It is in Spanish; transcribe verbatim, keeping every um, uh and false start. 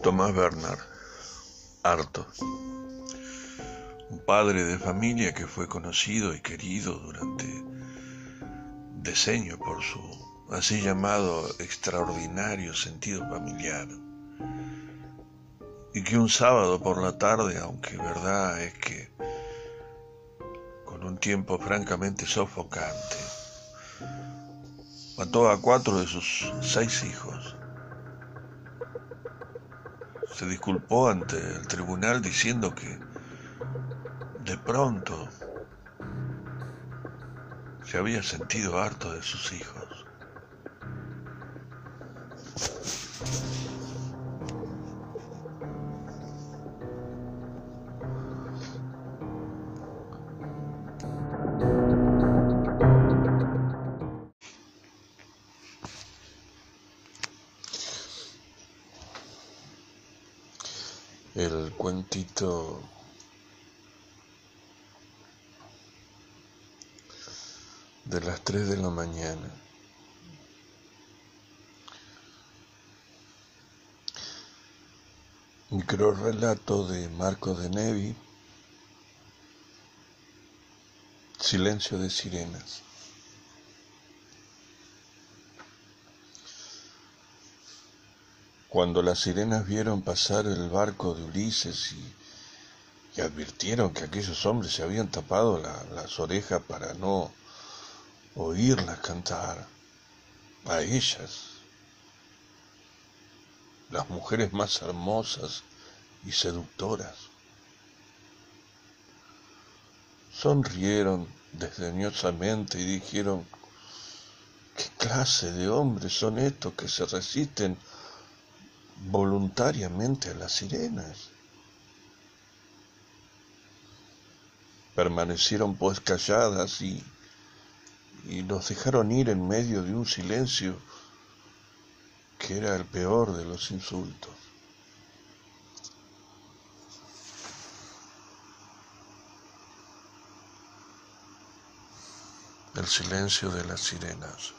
Tomás Bernard, harto. Un padre de familia que fue conocido y querido durante decenios por su así llamado extraordinario sentido familiar, y que un sábado por la tarde, aunque verdad es que con un tiempo francamente sofocante, mató a cuatro de sus seis hijos. Se disculpó ante el tribunal diciendo que de pronto se había sentido harto de sus hijos. El cuentito de las tres de la mañana. Microrrelato de Marco de Nevi. Silencio de sirenas. Cuando las sirenas vieron pasar el barco de Ulises y, y advirtieron que aquellos hombres se habían tapado la, las orejas para no oírlas cantar, a ellas, las mujeres más hermosas y seductoras, sonrieron desdeñosamente y dijeron: ¿qué clase de hombres son estos que se resisten voluntariamente a las sirenas? Permanecieron pues calladas y, y nos dejaron ir en medio de un silencio que era el peor de los insultos. El silencio de las sirenas.